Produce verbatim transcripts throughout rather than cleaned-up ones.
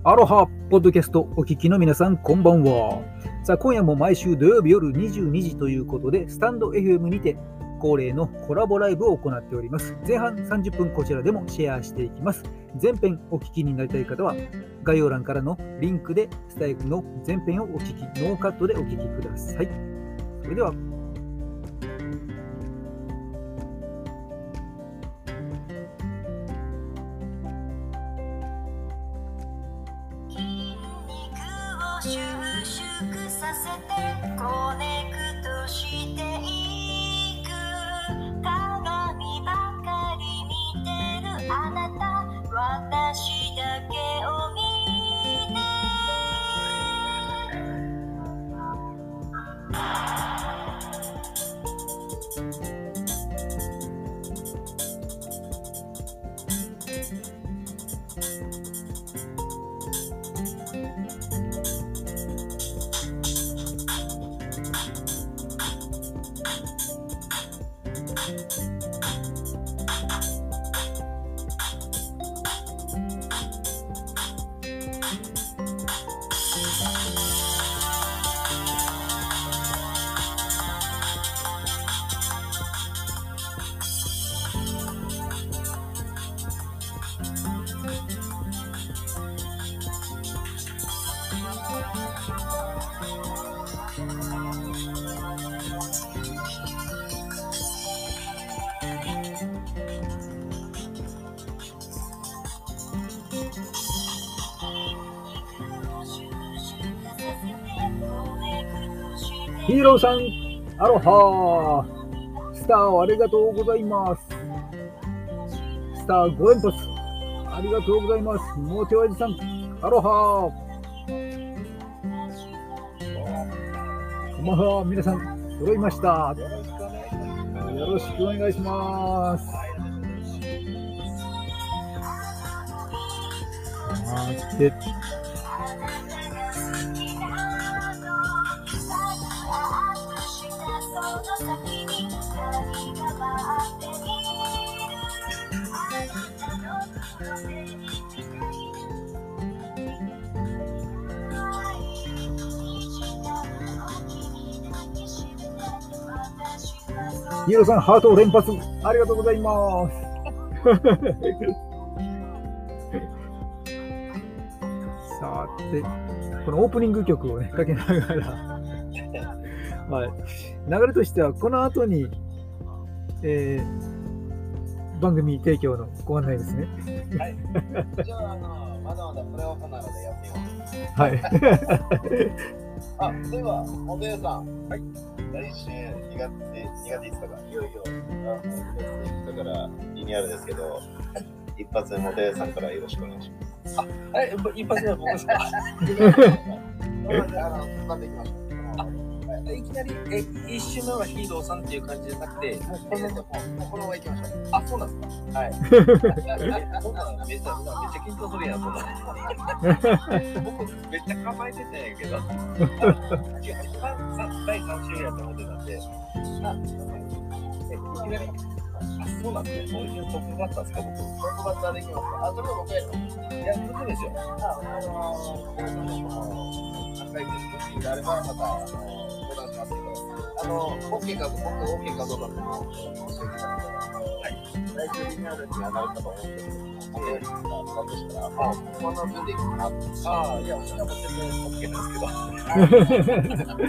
アロハポッドキャストお聞きの皆さんこんばんは。さあ今夜も毎週土曜日夜にじゅうにじということでスタンド エフエム にて恒例のコラボライブを行っております。前半さんじゅっぷんこちらでもシェアしていきます。前編お聞きになりたい方は概要欄からのリンクでスタイフの前編をお聞き、ノーカットでお聞きください。それでは収縮させてコネクトしていく鏡ばかり見てるあなた私だけを見てヒーローさん、アロハースターありがとうございます。スターご連発ありがとうございます。モテワジさん、アロハーこんばんは、皆さん揃いました。よろしくお願いします。さてヒーローさん、ハート連発ありがとうございます。さて、このオープニング曲をね、かけながら、まあ、流れとしては、この後に、えー、番組提供のご案内ですね。 はい。じゃあ、あの、まだまだプレオフなのでやってみます。 はい。 あ、では、モテさん。はい。来週にがついつかから、いよいよ、あの、にがついつかからリニューアルですけど、一発目モテさんからよろしくお願いします。あ、はい、一発目は僕ですか。あの、使っていきましょう。 いきなり、え、一瞬目はヒーローさんっていう感じじゃなくて、 もうこのまま、このまま行きましょう。 あ、そうなんですか。 はい。 僕はめっちゃ、めっちゃ緊張するやん、そんな。僕、めっちゃ構えてたんやけど。だいさん週やと思ってたんで。あ、え、いきなり、あ、そうなんですね。そういうトップバッターですか、僕。 トップバッターできます。あ、それは僕やるの。 いや、そうですよ。 あ、あのー、何回か時があれば、また、あのー、相談しますけど、あの、OK か、僕 OK かどうかっていうのを教えていただけたら、はい。来週リニューアルにはなるかと思うんですけど、僕がだとしたら、あ、こんな分でいいかなって。 ああ、いや、それはもう全然 OK なんですけど。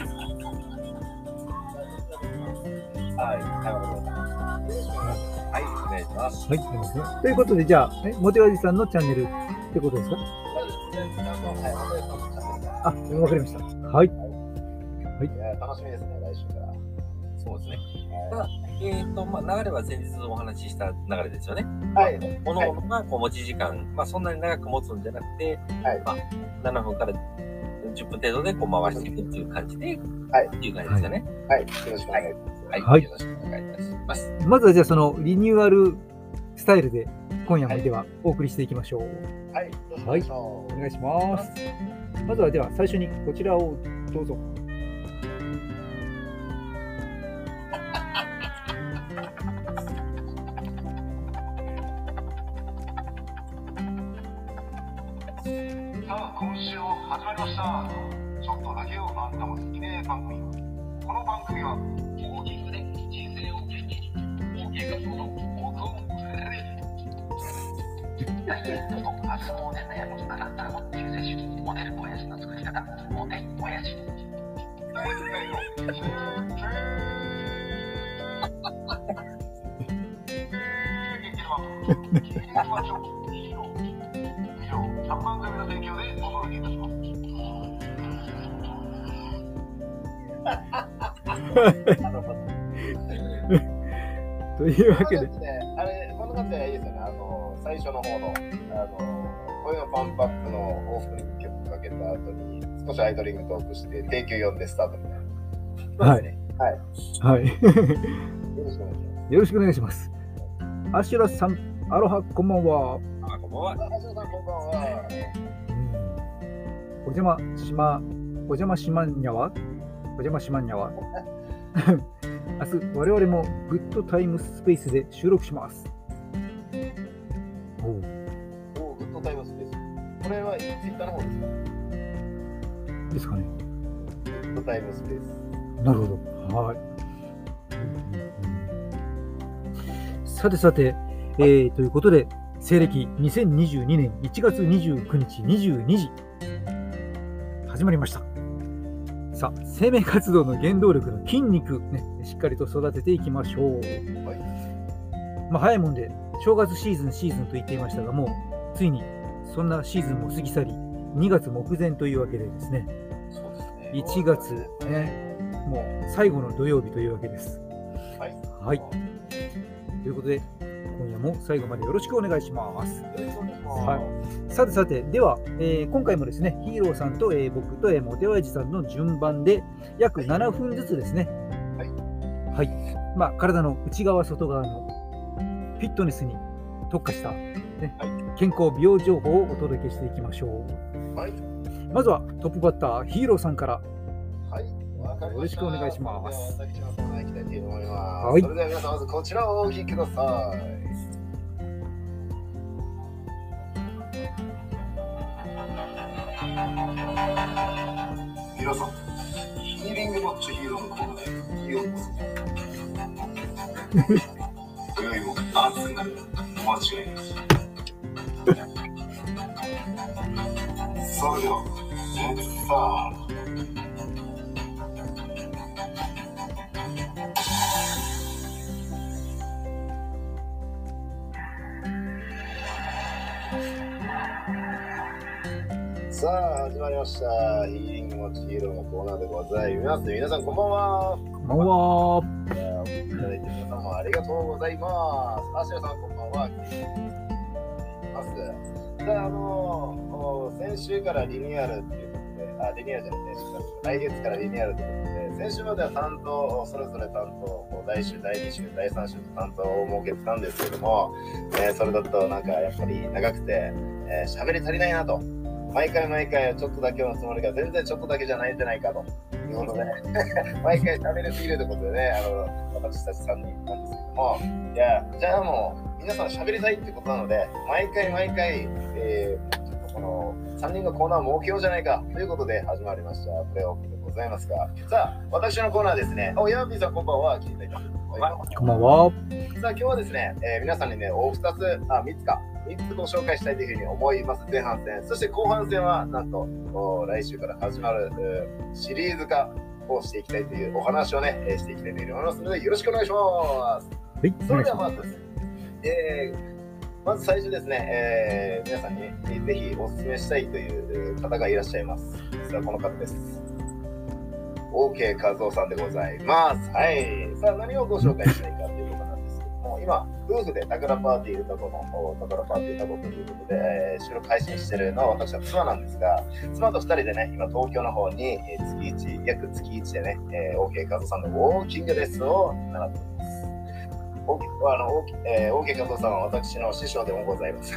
はい、はい、わかりました。はい、お願いします。 はい、ということで、じゃあ、えモテワジさんのチャンネルってことですか？あ、わかりました。はい。はい。 楽しみですね、来週から。 そうですね。ただ、えっと、まあ、流れは先日お話しした流れですよね。 はい。 このがこう持ち時間、まあ、そんなに長く持つんじゃなくて、 はい。 まあ、ななふんからじゅっぷん程度でこう回していくっていう感じで、 はい。 っていう感じですよね。 はい。よろしくお願いします。 はい。 はい、 よろしくお願いいたします。 まずはじゃあそのリニューアルスタイルで今夜もではお送りしていきましょう。 はい。 はい。お願いします。まずはでは最初にこちらをどうぞ。 はあ今週も始まりました。ちょっとだけをあんたも好きね番組。この番組はウォーキングで人生を元気に、オーケー活動の多くをダイエットと発毛で悩むあなたの救世主、モデルもやしの作り方、モデルもやし。さんばん組の提供でお届けいたします。 というわけで、 ね、あれ、この方はいいですよね。あの、最初の方の、あの、声のパンプアップの往復に曲かけた後に、少しアイドリングトークして、提供読んでスタートみたいな。 はい。 はい。 はい。 よろしくお願いします。 よろしくお願いします。アシュラさん、アロハ、こんばんは。 あ、こんばんは。アシュラさん、こんばんは。 お邪魔しま、お邪魔しまんにゃわお邪魔しまんにゃわ明日、我々もグッドタイムスペースで収録します。おう。 おう、グッドタイムスペース。これはツイッターの方ですか？ ですかね。 グッドタイムスペース。 なるほど。はい。さてさて、えー、ということで、西暦にせんにじゅうにねんいちがつにじゅうくにちにじゅうにじ始まりました。さあ、生命活動の原動力の筋肉、ね、しっかりと育てていきましょう。はい。まあ、早いもんで正月シーズンシーズンと言っていましたが、もうついにそんなシーズンも過ぎ去り、にがつ目前というわけでですね、 そうですね、 いちがつ、ね、もう最後の土曜日というわけです。はい。はい、ということで、今夜も最後までよろしくお願いします。はい、さてさて、では、えー、今回もですね、ヒーローさんと、えー、僕と、えー、モテワイジさんの順番で約ななふんずつですね、はいはい、まあ、体の内側外側のフィットネスに特化した、ね、はい、健康美容情報をお届けしていきましょう。はい、まずはトップバッターヒーローさんから、はい、よろしくお願いします。 はい、それでは皆さん、まずこちらをお聞きください。 皆さん、ヒーリングマッチヒーローのコーナーへようこそ。今宵も熱くなるお間違いなし。それでは、レッツスタート。 さあ、始まりました。ヒーリングマッチヒーローのコーナーでございます。皆さん、こんばんは。 こんばんは。 お聞きいただいて皆さんもありがとうございます。アシュラさん、こんばんは。ます。さあ、あのー、先週からリニューアルっていうことで、あ、リニューアルじゃなくて、来月からリニューアルということで、先週までは担当、それぞれ担当、だいい週、だいに週、だいさん週と担当を設けてたんですけども、えー、それだとなんかやっぱり長くて、えー、喋り足りないなと。毎回毎回ちょっとだけのつもりが全然ちょっとだけじゃないんじゃないかということで毎回喋りすぎるということでね、あの私たちさんにんなんですけども、いや、じゃあもう皆さん喋りたいってことなので、毎回毎回、えー、ちょっとこのさんにんのコーナーを設けようじゃないかということで始まりましたプレイオフでございますが、さあ、私のコーナーですね。お、ヤーピーさん、こんばんは。聞いていただきます。 こんばんは。 さあ、今日はですね、えー、皆さんにね、お二つ、あ、三つか。みっつご紹介したいというふうに思います。前半戦、そして後半戦はなんと来週から始まるシリーズ化をしていきたいというお話をねしていきたいと思いますので、よろしくお願いします。はい、それではまずですね、えー、まず最初ですね、えー、皆さんにぜひお勧めしたいという方がいらっしゃいます。実はこの方です。オーケー 和夫さんでございます。はい。さあ、何をご紹介したいかということなんですけども、今夫婦で宝パーティー歌子の宝パーティー歌子ということで、えー、収録配信しているのは私は妻なんですが、妻とふたりでね、今東京の方に月いち、約月いちでね、えー、オーケー 和夫さんのウォーキングレッスンを習っております。オーケー、あの、オーケー、えー、オーケー 和夫さんは私の師匠でもございます。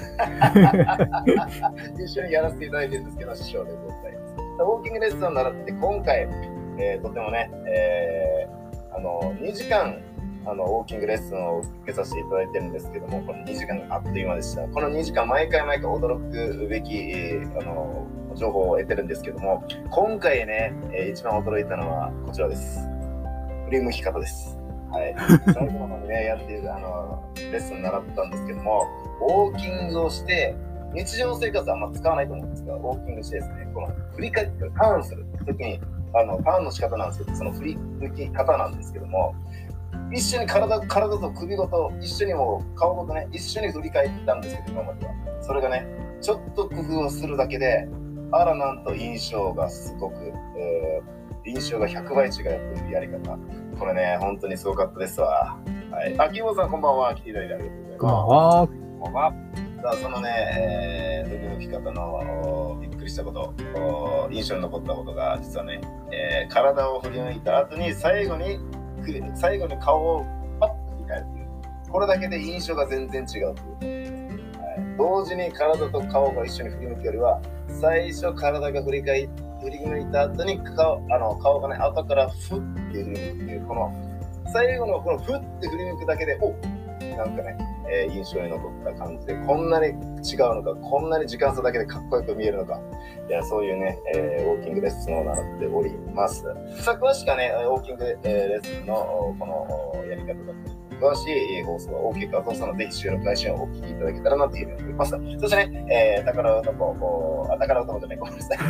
一緒にやらせていただいてるんですけど、師匠でございます。ウォーキングレッスンを習って今回、えー、とてもね、えー、あのにじかんあのウォーキングレッスンを受けさせていただいてるんですけども、このにじかんがあっという間でした。このにじかん毎回毎回驚くべき、えー、あの情報を得てるんですけども、今回ね、えー、一番驚いたのはこちらです。振り向き方です。はい。最後の方にね、やっているあのレッスン習ったんですけども、ウォーキングをして、日常生活はあんま使わないと思うんですが、ウォーキングしてですね、この振り返ってターンするときに、あのターンの仕方なんですけど、その振り向き方なんですけども、一緒に体、体と首ごと、一緒にもう顔ごとね、一緒に振り返ったんですけど、今までは。それがね、ちょっと工夫をするだけで、あらなんと印象がすごく、えー、印象がひゃくばい違うというやり方。これね、本当にすごかったですわ。はい。あ、キーボーさんこんばんは。来ていただいてありがとうございます。 こんばんは。 こんばんは。さあ、そのね、えー、振り向き方のびっくりしたこと、印象に残ったことが、実はね、えー、体を振り向いた後に最後に、最後に顔をパッと振り返るという。これだけで印象が全然違うという。はい、同時に体と顔が一緒に振り向くよりは、最初体が振り返振り向いた後に顔、あの顔がね、後からフッて振り向くっていう、この最後のこのフッて振り向くだけで、おなんかね、えー、印象に残った感じで、こんなに違うのか、こんなに時間差だけでかっこよく見えるのか、いや、そういうね、えー、ウォーキングレッスンを習っております。さあ、詳しくはね、ウォーキング、えー、レッスンのこのやり方だったり、詳しい放送は OK 画像さんのぜひ収録配信をお聞きいただけたらなというふうに思います。そしてね、えー、宝歌も、あ、宝歌もじゃない、ごめんなさい。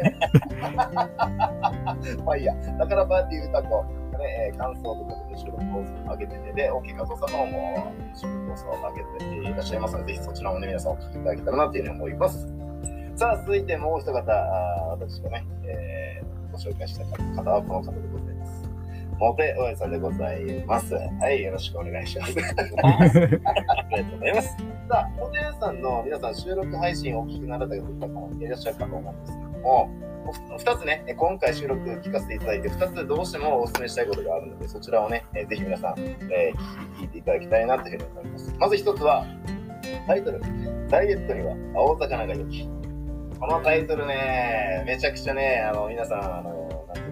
まあいいや、宝パーティー歌子、ね、感想とかで収録放送を上げてて、で、OK 画像さんの方も収録放送を上げていらっしゃいますので、ぜひそちらもね、皆さんお聞きいただけたらなというふうに思います。さあ、続いてもう一方、私がね、えー、ご紹介した方はこの方でございます。モテおやさんでございます。はい、よろしくお願いします。ありがとうございます。さあ、モテおやさんの皆さん収録配信をお聞きになられた方もいらっしゃるかと思うんですけども、ふたつね、今回収録聞かせていただいて、ふたつどうしてもお勧めしたいことがあるので、そちらをね、ぜひ皆さん、えー、聞いていただきたいなというふうに思います。まずひとつは、タイトル、ダイエットには青魚が良き。このタイトルね、めちゃくちゃね、あの皆さん、あの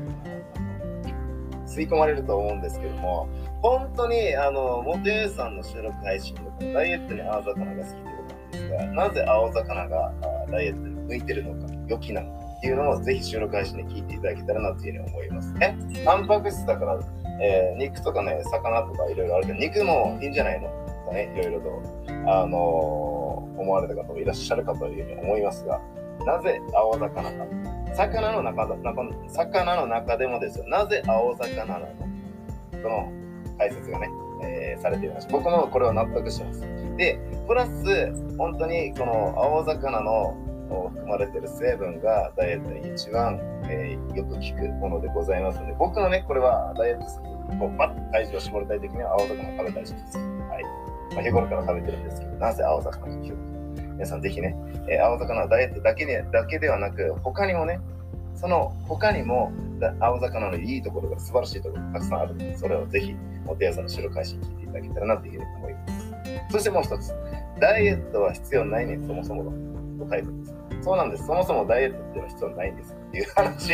吸い込まれると思うんですけども、本当にあのモテさんの収録配信でダイエットに青魚が好きということなんですが、なぜ青魚がダイエットに向いてるのか、良きなのかっていうのをぜひ収録配信で聞いていただけたらなというふうに思いますね。タンパク質だから、えー、肉とかね、魚とかいろいろあるけど、肉もいいんじゃないのとかね、いろいろと、あのー、思われた方もいらっしゃるかというふうに思いますが、なぜ青魚か。魚の中だ、魚の中でもですよ、なぜ青魚なのか。その解説がね、えー、されていました。僕もこれは納得してます。で、プラス、本当にこの青魚の含まれている成分がダイエットに一番、えー、よく効くものでございますので、僕のね、これはダイエットするときに、こう、バッと体重を絞りたいときには青魚を食べたりします。はい。まあ、日頃から食べてるんですけど、なぜ青魚が効くか。皆さんぜひね、えー、青魚はダイエットだけで、だけではなく、他にもね、その他にも青魚のいいところが素晴らしいところがたくさんあるので、それをぜひモテ屋さんの収録配信聞いていただけたらなというふうに思います。そしてもう一つ、ダイエットは必要ないねん、そもそものタイプです。そうなんです。そもそもダイエットっていうのは必要ないんですっていう話。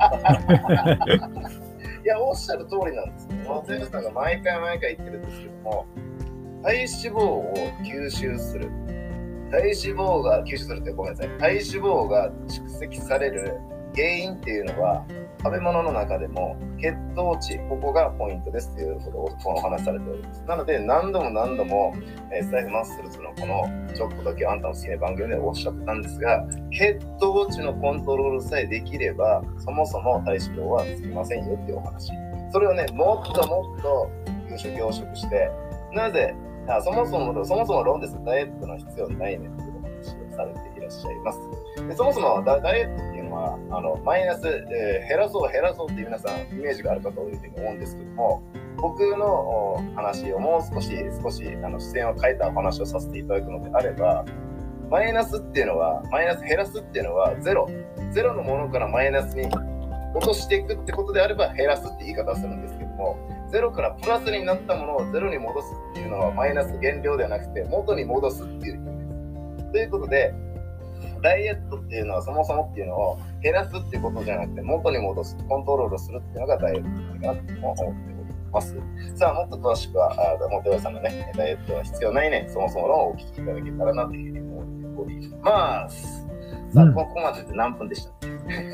いや、おっしゃる通りなんですよ。モテ屋さんが毎回毎回言ってるんですけども、体脂肪を吸収する。体脂肪が吸収するってごめんなさい。体脂肪が蓄積される原因っていうのは食べ物の中でも血糖値、ここがポイントですっていうことをお話しされております。なので何度も何度も、えー、スタイフマッスルズのこのちょっとだけあんたの好きな番組でおっしゃってたんですが、血糖値のコントロールさえできればそもそも体脂肪はつきませんよっていうお話。それをね、もっともっと凝縮凝縮して、なぜあそもそもそもそも論です。ダイエットの必要ないねっていうお話をされていらっしゃいます。でそもそもダダイエットっていうのはあのマイナス、えー、減らそう減らそうっていう皆さんイメージがあるかというふうに思うんですけども、僕の話をもう少し少しあの視線を変えたお話をさせていただくのであれば、マイナスっていうのはマイナス減らすっていうのはゼロゼロのものからマイナスに落としていくってことであれば減らすって言い方をするんですけども、ゼロからプラスになったものをゼロに戻すっていうのはマイナス減量ではなくて元に戻すっていう意味です。ということで、ダイエットっていうのはそもそもっていうのを減らすっていうことじゃなくて元に戻す、コントロールするっていうのがダイエットだなと思っております。さあ、もっと詳しくはモテオさんのね、ダイエットは必要ないね、そもそものをお聞きいただけたらなというふうに思っております。 さあ、 うんここまでで何分でしたっけ？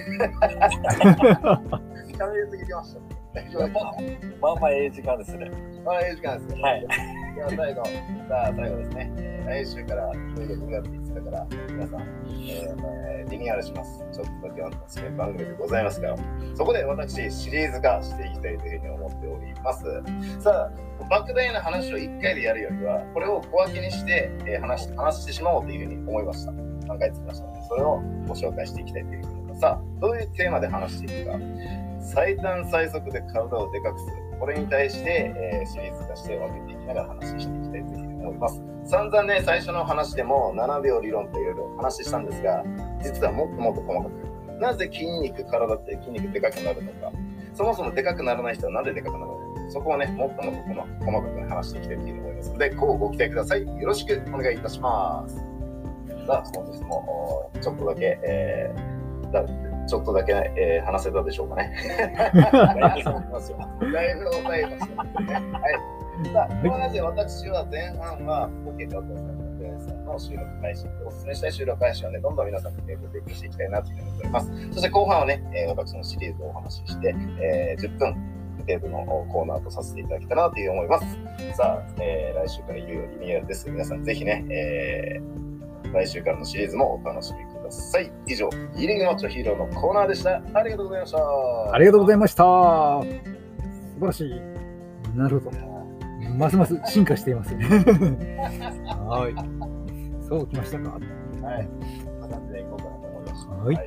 喋りすぎてましたね。大丈夫ですか？ まあまあええ時間ですね。 まあ、いい時間ですね。 はい。 では最後、さあ最後ですね。えー来週から、いよいよにがついつかから、皆さん、えーリニューアルします。ちょっとだけの新番組でございますが、そこで私、シリーズ化していきたいというふうに思っております。さあ、莫大な話をいっかいでやるよりは、これを小分けにして、えー話し話してしまおうというふうに思いました。考えつきましたので、それをご紹介していきたいというふうに思います。さあ、どういうテーマで話していくか。最短最速で体をでかくする。これに対して、えーシリーズ化して分けていきながら話していきたいというふうに思います。散々ね、最初の話でもななびょう理論といろいろ話したんですが、実はもっともっと細かく、なぜ筋肉、体って筋肉でかくなるのか、そもそもでかくならない人はなぜでかくなるのか、そこはね、もっともっと細かく話していきたいというふうに思いますので、こうご期待ください。よろしくお願いいたします。さあ、本日もちょっとだけ、えー、だちょっとだけ、えー、話せたでしょうかね。だいぶ抑えましたね。はい。さあ、この話で私は前半は、OK 加藤さん、ベンさんの収録開始、おすすめしたい収録開始をね、どんどん皆さんにご提供していきたいなというふうに思っております。そして後半はね、えー、私のシリーズをお話しして、えー、じゅっぷん程度のコーナーとさせていただけたらなというふうに思います。さあ、えー、来週からいよいよリニューアルです。皆さんぜひね、えー、来週からのシリーズもお楽しみください。以上、ヒーリングマッチョヒーローのコーナーでした。ありがとうございました。 ありがとうございました。素晴らしい。なるほど。ますます進化していますね。はい。そうきましたか。 はい。こんな感じでいこうかなと思いました。 はい。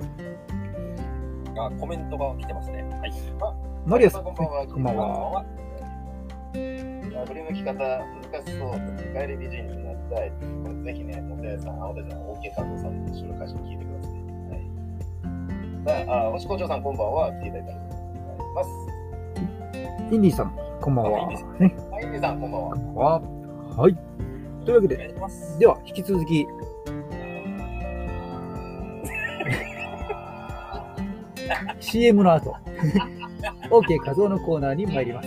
あ、コメントが来てますね。はい。 マリアさん、 こんばんは。 こんばんは。 振り向き方難しそう。帰り美人になりたい。これぜひね、モテさん、青手さん、OK 加藤さんの収録開始を聞いてください。はい。さあ、あ、星校長さん、こんばんは。来ていただいてありがとうございます。 インディさん、こんばんは。ね。 はい、インディさん、こんばんは。 こんばんは。はい。というわけで、では、引き続き、シーエム の後、OK 画像のコーナーに参ります。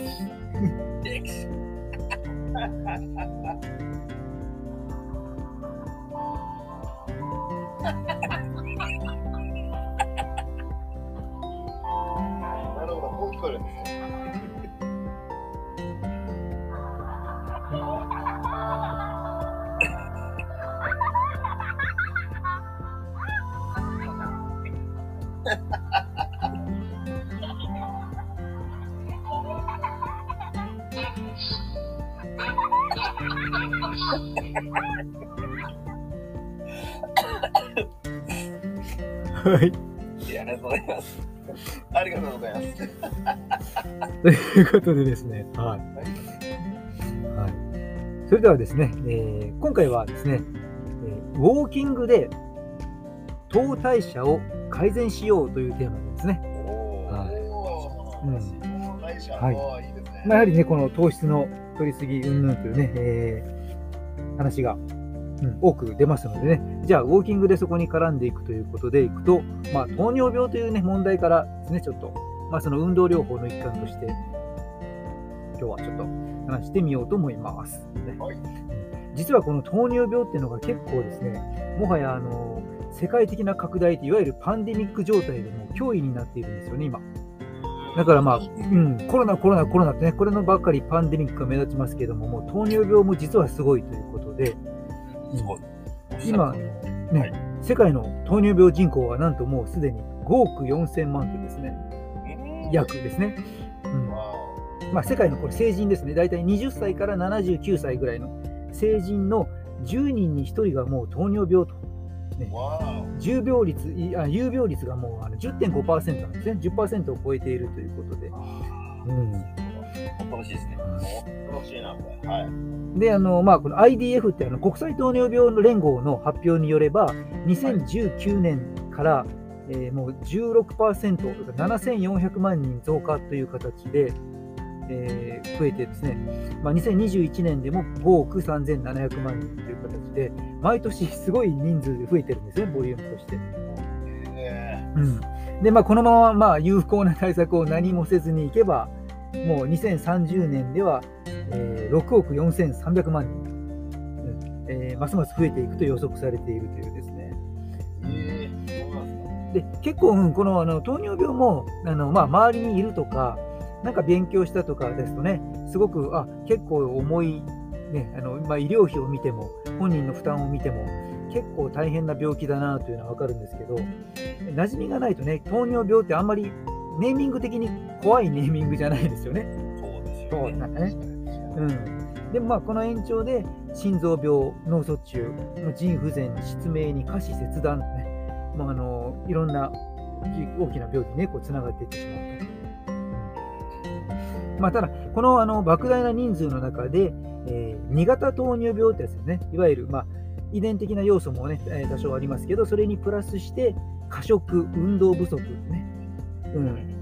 なるほど、こう聞こえるんですね。 はい。 ありがとうございます。ありがとうございます。 ということでですね、はい。はい、それではですね、えー今回はですね、えーウォーキングで糖代謝を改善しようというテーマですね。はいうん大社、 はいおーいいですね。 まあ、やはりね、この糖質の取りすぎ云々というね、えー話が、うん、多く出ますのでね、じゃあ、ウォーキングでそこに絡んでいくということでいくと、まあ、糖尿病というね、問題からですね、ちょっと、まあ、その運動療法の一環として、今日はちょっと話してみようと思います。ねはい実はこの糖尿病っていうのが結構ですね、もはやあの世界的な拡大といわゆるパンデミック状態でも脅威になっているんですよね、今。だからまあ、うん、コロナ、コロナ、コロナってね、これのばっかりパンデミックが目立ちますけれども、もう糖尿病も実はすごいということで、 すごい。 今、ね、 はい世界の糖尿病人口はなんともうすでにごおくよんせんまんというですね、約ですね。うんわまあ、世界のこれ成人ですね、大体はたちからななじゅうきゅうさいぐらいの成人のじゅうにんにひとりがもう糖尿病と、ねー、わー重病率、いあ有病率がもうあの じゅってんごパーセント なんですね、じゅっパーセント を超えているということで。うん恐ろしいですね。 恐ろしいな、これ。はい。 であのまあ、この アイディーエフ ってあの国際糖尿病連合の発表によれば、にせんじゅうきゅうねんから、えーもう じゅうろくパーセント、ななせんよんひゃくまんにん増加という形で、えー増えてですね、まあ、にせんにじゅういちねんでもごおくさんぜんななひゃくまんにんという形で、毎年すごい人数で増えてるんですね、ボリュームとして。 えうんでまあ、このまま、まあ、有効な対策を何もせずにいけば、もうにせんさんじゅうねんでは、えーろくおくよんせんさんびゃくまんにん、うんえーますます増えていくと予測されているというですね、 えー、そうなんですか。 で結構、うん、このあの糖尿病もあの、まあ、周りにいるとか、なんか勉強したとかですとね、すごくあ結構重い、ね、あのまあ、医療費を見ても、本人の負担を見ても、結構大変な病気だなというのは分かるんですけど、馴染みがないとね、糖尿病ってあんまりネーミング的に怖いネーミングじゃないですよね。 そうですよね。 そうなんかね。うん、でもまあこの延長で心臓病、脳卒中、腎不全、失明に下肢切断とね、まあ、あのいろんな大きな病気に、ね、こうつながっていってしまうと。まあ、ただ、この、あの莫大な人数の中で、えー、に型糖尿病ってやつですね、いわゆる、まあ、遺伝的な要素も、ね、多少ありますけど、それにプラスして過食、運動不足、ね、うん、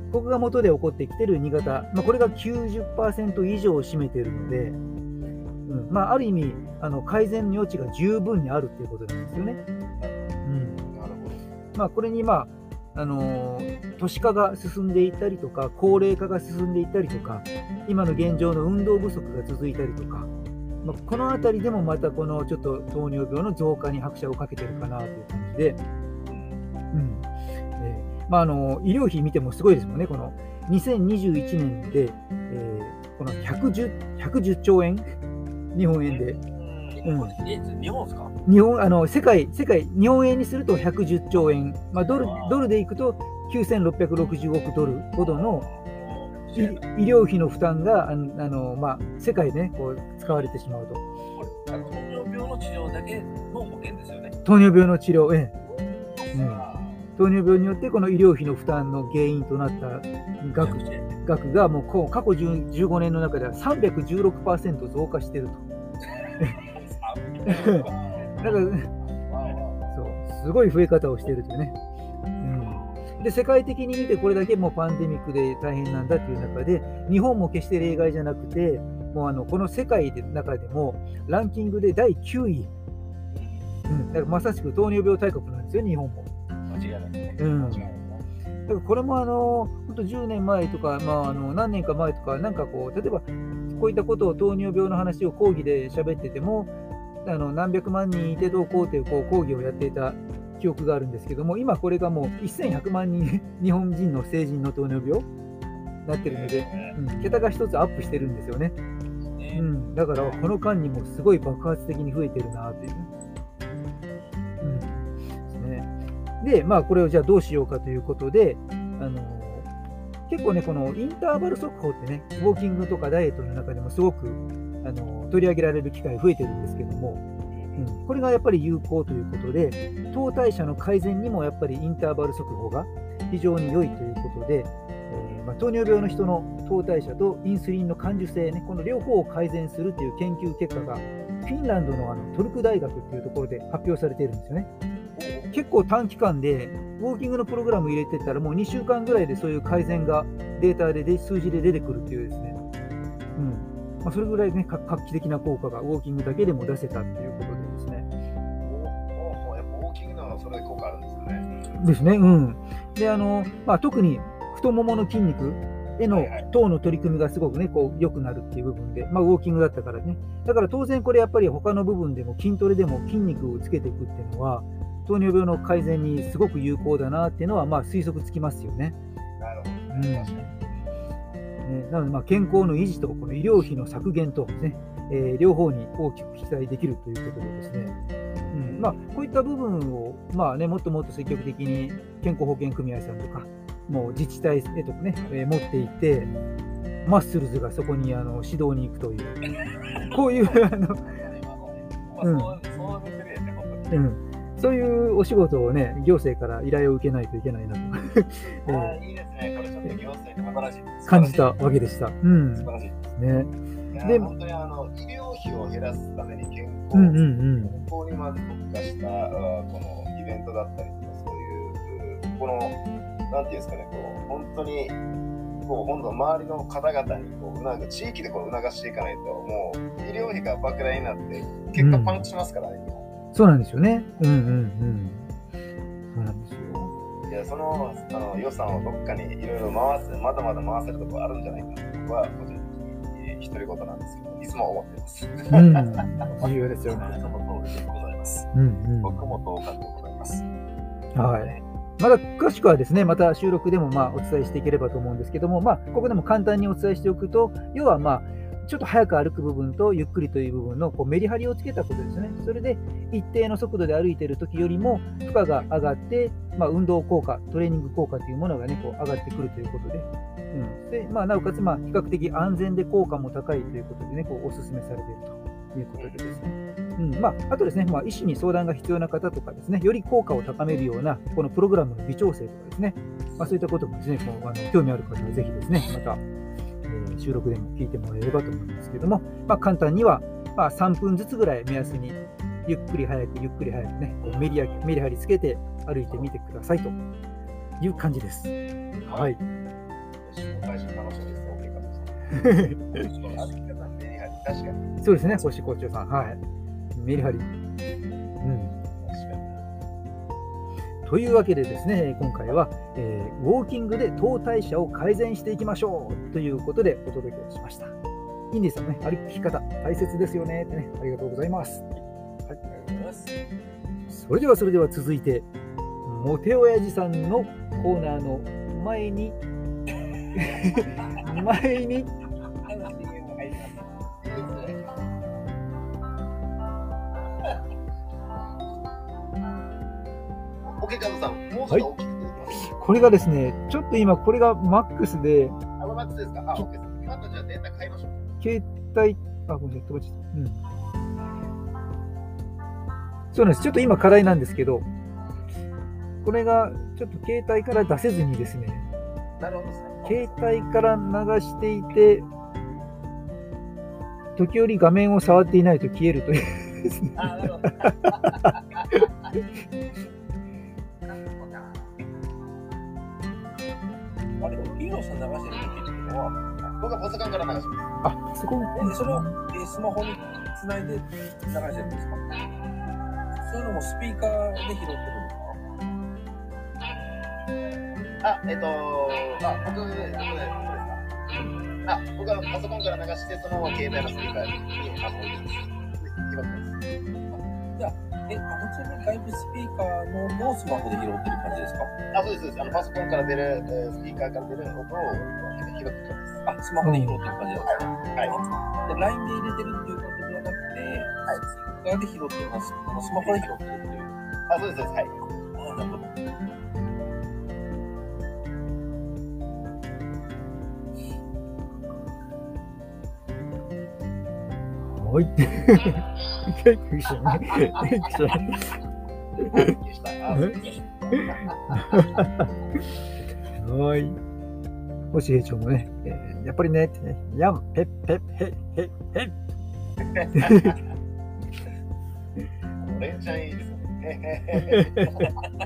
ここが元で起こってきているに型、まあ、これが きゅうじゅっパーセント 以上を占めているので、うんまあ、ある意味あの改善の余地が十分にあるということなんですよね。うんなるほど。 まあ、これに、まああのー、都市化が進んでいったりとか、高齢化が進んでいったりとか、今の現状の運動不足が続いたりとか、まあ、このあたりでもまたこのちょっと糖尿病の増加に拍車をかけてるかなという感じで、うんえーまあ、あの医療費見てもすごいですもんね。このにせんにじゅういちねんで、えー、このひゃくじゅう、ひゃくじゅっちょうえん、日本円で。うん、 え日本ですか？ 日本あの世界、世界、日本円にするとひゃくじゅっちょうえん、まあ、ドル、ドルでいくときゅうせんろっぴゃくろくじゅうおくドルほどの医医療費の負担があのあの、まあ、世界で、ね、こう使われてしまうと。 これあの糖尿病の治療だけの保険ですよね。 糖尿病の治療、ええうん、糖尿病によってこの医療費の負担の原因となった額、額がもうこう過去じゅうごねんの中では さんびゃくじゅうろくパーセント 増加していると。だからそうすごい増え方をしているというね、うん、で世界的に見てこれだけもうパンデミックで大変なんだという中で、日本も決して例外じゃなくて、もうあのこの世界の中でもランキングでだいきゅうい、うん、だからまさしく糖尿病大国なんですよ、日本も。 間違いないね。 うん間違いない。 だからこれもあの本当じゅうねんまえとか、まあ、あの何年か前とか、なんかこう例えばこういったことを糖尿病の話を講義で喋ってても、あの何百万人いてどうこうというこう講義をやっていた記憶があるんですけども、今これがもうせんひゃくまんにん日本人の成人の糖尿病になってるので、うん、桁が一つアップしてるんですよね。うん、だからこの間にもすごい爆発的に増えてるなという、うんですね。で、まあこれをじゃあどうしようかということで、あの結構ね、このインターバル速歩ってね、ウォーキングとかダイエットの中でもすごくあの取り上げられる機会増えてるんですけども、うん、これがやっぱり有効ということで、糖代謝の改善にもやっぱりインターバル速歩が非常に良いということで、えーまあ、糖尿病の人の糖代謝とインスリンの感受性、ね、この両方を改善するという研究結果がフィンランド の, あのトルク大学というところで発表されているんですよね。結構短期間でウォーキングのプログラム入れてたらもうにしゅうかんぐらいでそういう改善がデータでで数字で出てくるっていうですね、うんまあ、それぐらいね画期的な効果がウォーキングだけでも出せたということでですね。 おおやっぱウォーキングなのそれで効果あるんですよね。 ですね。うん。であの、まあ、特に太ももの筋肉への糖の取り組みがすごくねこう良くなるっていう部分で、まあ、ウォーキングだったからね。だから当然これやっぱり他の部分でも筋トレでも筋肉をつけていくっていうのは糖尿病の改善にすごく有効だなっていうのはまあ推測つきますよね。 なるほど、 うんね。確かに。 ね、なのでまあ健康の維持とこの医療費の削減と、ねえー、両方に大きく期待できるということでですね、うんまあ、こういった部分を、まあね、もっともっと積極的に健康保険組合さんとかもう自治体へとかね、えー、持っていってマッスルズがそこにあの指導に行くというこういうあの、うんうんそういうお仕事をね、行政から依頼を受けないといけないなとえー、いいですね。これちょっと行政の新しい感じたわけでした。うん、 素晴らしいですね。 で、本当にあの医療費を減らすために健康、 うんうんうん、 健康にまず特化したこのイベントだったりとか、そういうこのなんていうんですかね、こう本当にこう今度周りの方々にこうなんか地域でこう促していかないと、もう医療費が莫大になって結果パンクしますからね。うんそうなんですよね。うんうんうん。そうなんですよ。 いや、その、あの予算をどっかにいろいろ回す、まだまだ回せるところあるんじゃないかなと僕は個人的に独り言なんですけど、いつも思ってます。 うん、重要ですよね。 その通りでございます。 うんうん、 僕も同感でございます。 はい。まだ詳しくはですね、また収録でもまあお伝えしていければと思うんですけども、まあ、ここでも簡単にお伝えしておくと、要はまあ、ちょっと早く歩く部分とゆっくりという部分のこうメリハリをつけたことですね。それで一定の速度で歩いている時よりも負荷が上がって、まあ、運動効果、トレーニング効果というものが、ね、こう上がってくるということで、うんでまあ、なおかつまあ比較的安全で効果も高いということで、ね、こうお勧めされているということでですね。うんまあ、あとですね、まあ、医師に相談が必要な方とかですね、より効果を高めるようなこのプログラムの微調整とかですね、まあ、そういったこともですね、こうあの興味ある方はぜひですね、また、えー、収録でも聞いてもらえればと思いますけども、まあ、簡単には、まあ、さんぷんずつぐらい目安にゆっくり早くゆっくり早くね、こうメリハリメリハリつけて歩いてみてくださいという感じです。はい。 紹介し楽しみです。OK か確かに。 そうですね、星校長さん。はい。メリハリ。うん。 確かに。 というわけでですね、今回は、えー、ウォーキングで糖代謝を改善していきましょうということでお届けをしました。インディさんね、歩き方大切ですよねってね、ありがとうございます。はい、 ありがとうございます。 それではそれでは続いて、モテおやじさんのコーナーの前に、前に、 オケカズさん、もうちょっと大きくできます。 これがですね、ちょっと今これがマックスで、 あ、マックスですか。あ、オッケーです。今とじゃあデータ変えましょう。 携帯、あ、ごめんなさい、飛ばしちゃった。うん。そうなんです。ちょっと今課題なんですけど、これがちょっと携帯から出せずにですね、 なるほどですね。 携帯から流していて、時折画面を触っていないと消えるというですね。 あ、なるほど。 あれ、ヒーローさん流してる時っていうのは、 僕はパソコンから流します。 あ、そこ、 えそれを、えースマホにつないで流してるんですか？そういうのもスピーカーで拾ってるんですか？ あ、えっと、あ、僕、えっとね、どうですか？あ、僕はパソコンから流して、そのまま携帯のスピーカーに、あの、拾ってます。 じゃあ、え、あのちなみに外部スピーカーのをスマホで拾ってる感じですか？ あ、そうです、そうです。あの、パソコンから出る、えースピーカーから出る音を拾ってきます。 あ、スマホで拾ってる感じなんですか？ はい。 で、ライン で入れてるっていうことではなくて、はい、スピーカーで拾ってます。あのスマホで拾ってるっていう。 あ、そうです、そうです。はい。 ああ、なるほど。 はい。びっくりしたね。びっくりしたね。 びっくりした。あ、びっくりした。 はい。星兵長もね、えーやっぱりね、ってねやん、ぺっぺっへっへっへっ。 レンちゃんいいですね。レン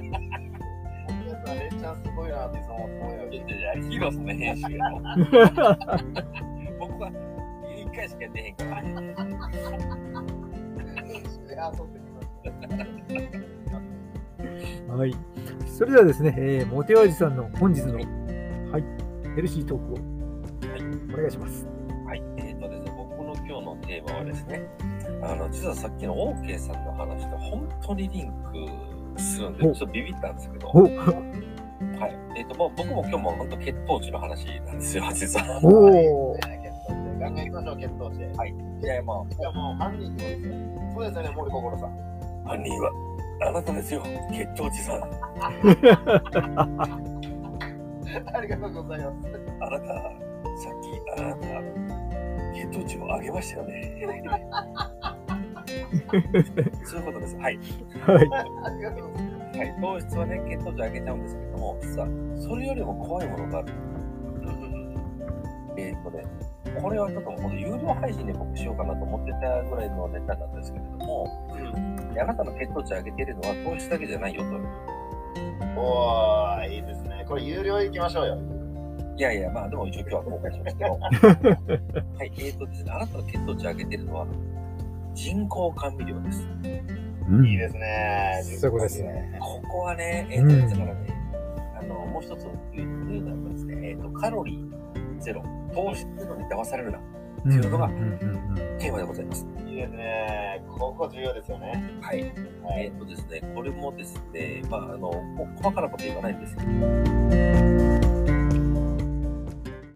ちゃんすごいなっていつも思いながら。 ヒーローさんの編集やろ。僕はいっかいしか出へんから。 はい。それではですね、えー、モテおじさんの本日の、はい、ヘルシートークを、はい、お願いします。 はい。えっとですね、僕の今日のテーマはですね、あの、実はさっきの OK さんの話と本当にリンクするんで、ちょっとビビったんですけど、はい。えっと、もう僕も今日も本当血糖値の話なんですよ、実は。 おー。 考えましょう、血糖値。 はい。いや、まあ、 いやもう犯人ってことですよ。そうですよね、森心さん。 犯人はあなたですよ、血糖値さん。 ありがとうございます。 あなた、さっきあなた、血糖値を上げましたよね。そういうことです。はい。 はい。 ありがとうございます。 はい。糖質はね、血糖値上げちゃうんですけども、実はそれよりも怖いものがある。えーっとね、これはちょっとこの有料配信で僕しようかなと思ってたぐらいのネタなんですけれども、うん、あなたの血糖値上げているのは糖質だけじゃないよと。 おー、いいですね。これ有料行きましょうよ。 いやいや、まあでも一応今日は公開しますけど。はい、えーとですね、あなたの血糖値上げているのは人工甘味料です。 うん、 いいですね。 そういうことですね。 ここはね、えーと、だからね、あの、もう一つ言うのはですね、えーと、カロリーゼロ。糖質ゼロに騙されるな。 というのがうんうんうんうんテーマでございます。 いいですね。ここ重要ですよね。 はい。 はい。 えっとですね、これもですね、まあ、あの、こ細かなこと言わないんですけど、